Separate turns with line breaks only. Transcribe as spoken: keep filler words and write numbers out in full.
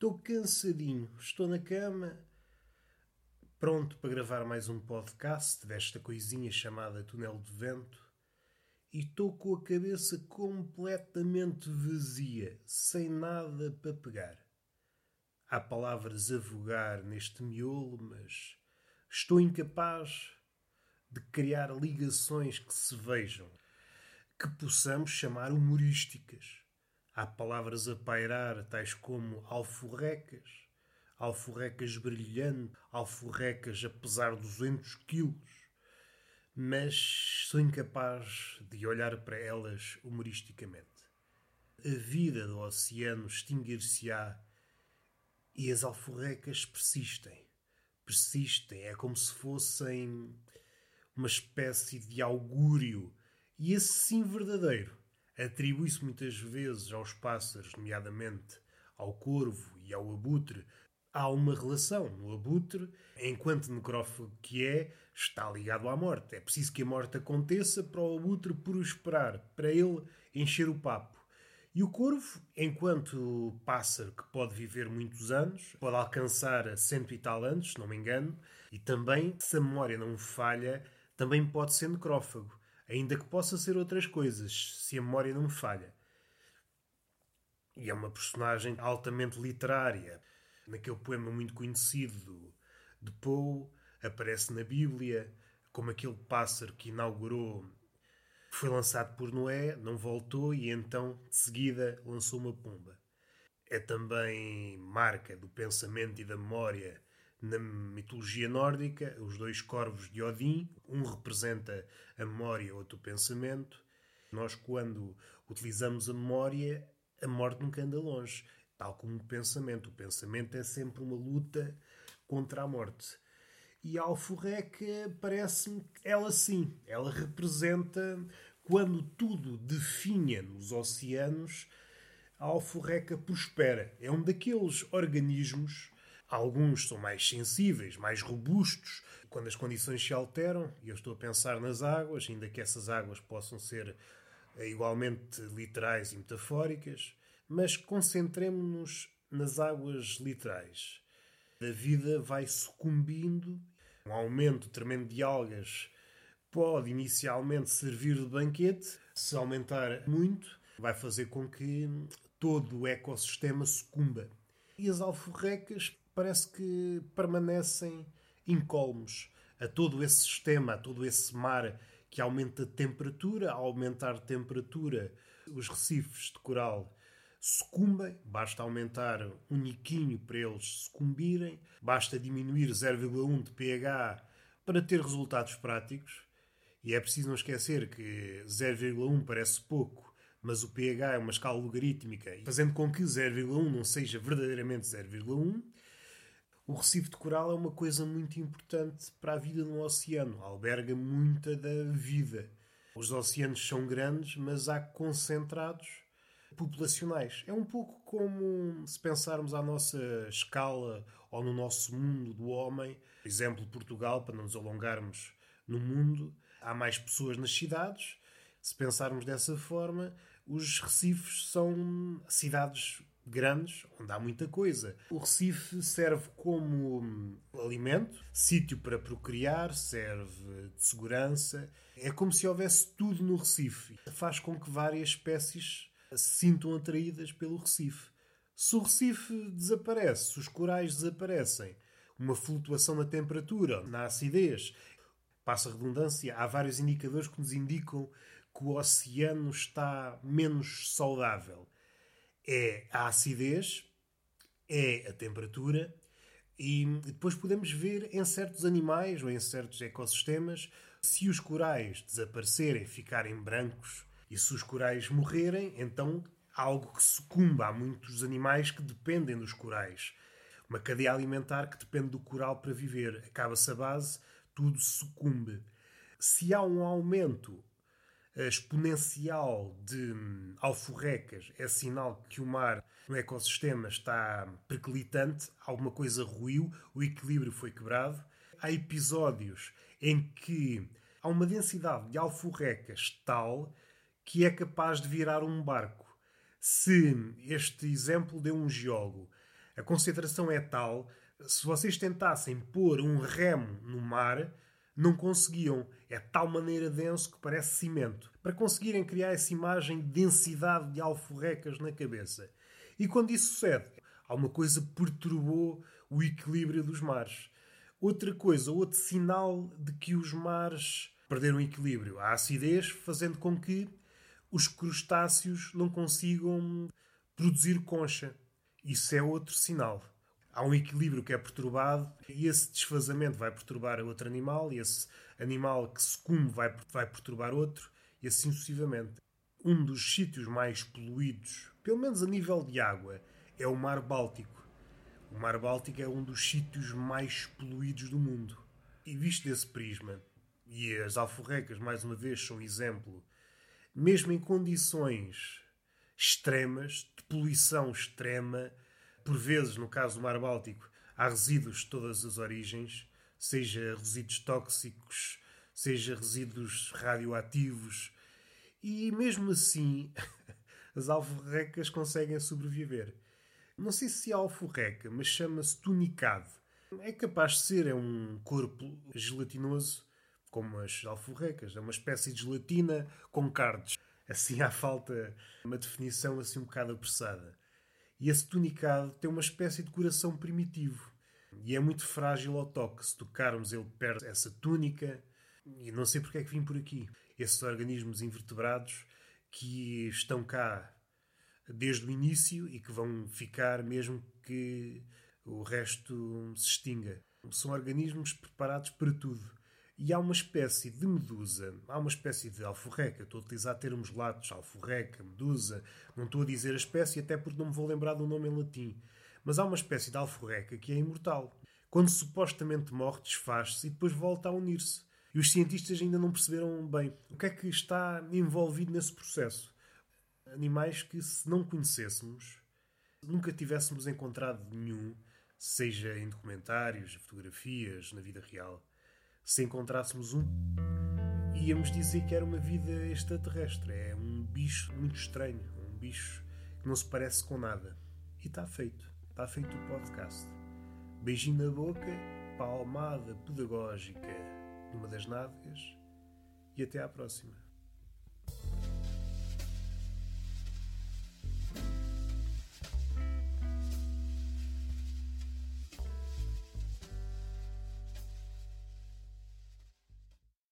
Estou cansadinho, estou na cama, pronto para gravar mais um podcast desta coisinha chamada Túnel de Vento, e estou com a cabeça completamente vazia, sem nada para pegar. Há palavras a vogar neste miolo, mas estou incapaz de criar ligações que se vejam, que possamos chamar humorísticas. Há palavras a pairar, tais como alforrecas, alforrecas brilhante, alforrecas a pesar duzentos quilos, mas sou incapaz de olhar para elas humoristicamente. A vida do oceano extinguir-se-á e as alforrecas persistem. Persistem, é como se fossem uma espécie de augúrio, e esse sim verdadeiro. Atribui-se muitas vezes aos pássaros, nomeadamente ao corvo e ao abutre. Há uma relação. O abutre, enquanto necrófago que é, está ligado à morte. É preciso que a morte aconteça para o abutre prosperar, para ele encher o papo. E o corvo, enquanto pássaro que pode viver muitos anos, pode alcançar cento e tal anos, se não me engano, e também, se a memória não falha, também pode ser necrófago. Ainda que possa ser outras coisas, se a memória não me falha. E é uma personagem altamente literária. Naquele poema muito conhecido de Poe, aparece na Bíblia como aquele pássaro que inaugurou, foi lançado por Noé, não voltou e então, de seguida, lançou uma pomba. É também marca do pensamento e da memória na mitologia nórdica, os dois corvos de Odin, um representa a memória, outro o pensamento. Nós, quando utilizamos a memória, a morte nunca anda longe, tal como o pensamento. O pensamento é sempre uma luta contra a morte. E a alforreca parece-me que ela sim, ela representa, quando tudo definha nos oceanos, a alforreca prospera. É um daqueles organismos. Alguns são mais sensíveis, mais robustos, quando as condições se alteram, e eu estou a pensar nas águas, ainda que essas águas possam ser igualmente literais e metafóricas, mas concentremo-nos nas águas literais. A vida vai sucumbindo, um aumento tremendo de algas pode inicialmente servir de banquete, se aumentar muito, vai fazer com que todo o ecossistema sucumba. E as alforrecas parece que permanecem incólumes a todo esse sistema, a todo esse mar que aumenta a temperatura. Ao aumentar a temperatura, os recifes de coral sucumbem. Basta aumentar um niquinho para eles sucumbirem. Basta diminuir zero vírgula um de pH para ter resultados práticos. E é preciso não esquecer que zero vírgula um parece pouco, mas o pH é uma escala logarítmica, fazendo com que zero vírgula um não seja verdadeiramente zero vírgula um. O recife de coral é uma coisa muito importante para a vida no oceano. Alberga muita da vida. Os oceanos são grandes, mas há concentrados populacionais. É um pouco como se pensarmos à nossa escala ou no nosso mundo do homem. Por exemplo, Portugal, para não nos alongarmos no mundo, há mais pessoas nas cidades. Se pensarmos dessa forma, os recifes são cidades grandes, onde há muita coisa. O recife serve como alimento, sítio para procriar, serve de segurança. É como se houvesse tudo no recife. Faz com que várias espécies se sintam atraídas pelo recife. Se o recife desaparece, se os corais desaparecem, uma flutuação na temperatura, na acidez, passa a redundância, há vários indicadores que nos indicam que o oceano está menos saudável. É a acidez, é a temperatura, e depois podemos ver em certos animais ou em certos ecossistemas, se os corais desaparecerem, ficarem brancos, e se os corais morrerem, então há algo que sucumba. Há muitos animais que dependem dos corais. Uma cadeia alimentar que depende do coral para viver. Acaba-se a base, tudo sucumbe. Se há um aumento exponencial de alforrecas, é sinal que o mar no ecossistema está periclitante, alguma coisa ruiu, o equilíbrio foi quebrado. Há episódios em que há uma densidade de alforrecas tal que é capaz de virar um barco. Se este exemplo deu um geólogo, A concentração é tal, se vocês tentassem pôr um remo no mar, não conseguiam. É de tal maneira denso que parece cimento. Para conseguirem criar essa imagem de densidade de alforrecas na cabeça. E quando isso sucede, alguma coisa perturbou o equilíbrio dos mares. Outra coisa, outro sinal de que os mares perderam o equilíbrio. A acidez fazendo com que os crustáceos não consigam produzir concha. Isso é outro sinal. Há um equilíbrio que é perturbado e esse desfazamento vai perturbar outro animal e esse animal que se come vai, vai perturbar outro e assim sucessivamente. Um dos sítios mais poluídos, pelo menos a nível de água, é o Mar Báltico. O Mar Báltico é um dos sítios mais poluídos do mundo. E visto desse prisma, e as alforrecas, mais uma vez, são exemplo, mesmo em condições extremas, de poluição extrema, por vezes, no caso do Mar Báltico, há resíduos de todas as origens, seja resíduos tóxicos, seja resíduos radioativos, e mesmo assim as alforrecas conseguem sobreviver. Não sei se é alforreca, mas chama-se tunicado. É capaz de ser, é um corpo gelatinoso, como as alforrecas. É uma espécie de gelatina com cardes. Assim há falta uma definição assim um bocado apressada. E esse tunicado tem uma espécie de coração primitivo. E é muito frágil ao toque. Se tocarmos, ele perde essa túnica. E não sei porque é que vim por aqui. Esses organismos invertebrados que estão cá desde o início e que vão ficar mesmo que o resto se extinga. São organismos preparados para tudo. E há uma espécie de medusa, há uma espécie de alforreca. Estou a utilizar termos latos, alforreca, medusa. Não estou a dizer a espécie, até porque não me vou lembrar do nome em latim. Mas há uma espécie de alforreca que é imortal. Quando supostamente morre, desfaz-se e depois volta a unir-se. E os cientistas ainda não perceberam bem o que é que está envolvido nesse processo. Animais que, se não conhecêssemos, nunca tivéssemos encontrado nenhum, seja em documentários, fotografias, na vida real. Se encontrássemos um, íamos dizer que era uma vida extraterrestre. É um bicho muito estranho, um bicho que não se parece com nada. E está feito. Está feito o podcast. Beijinho na boca, palmada pedagógica numa das nádegas e até à próxima.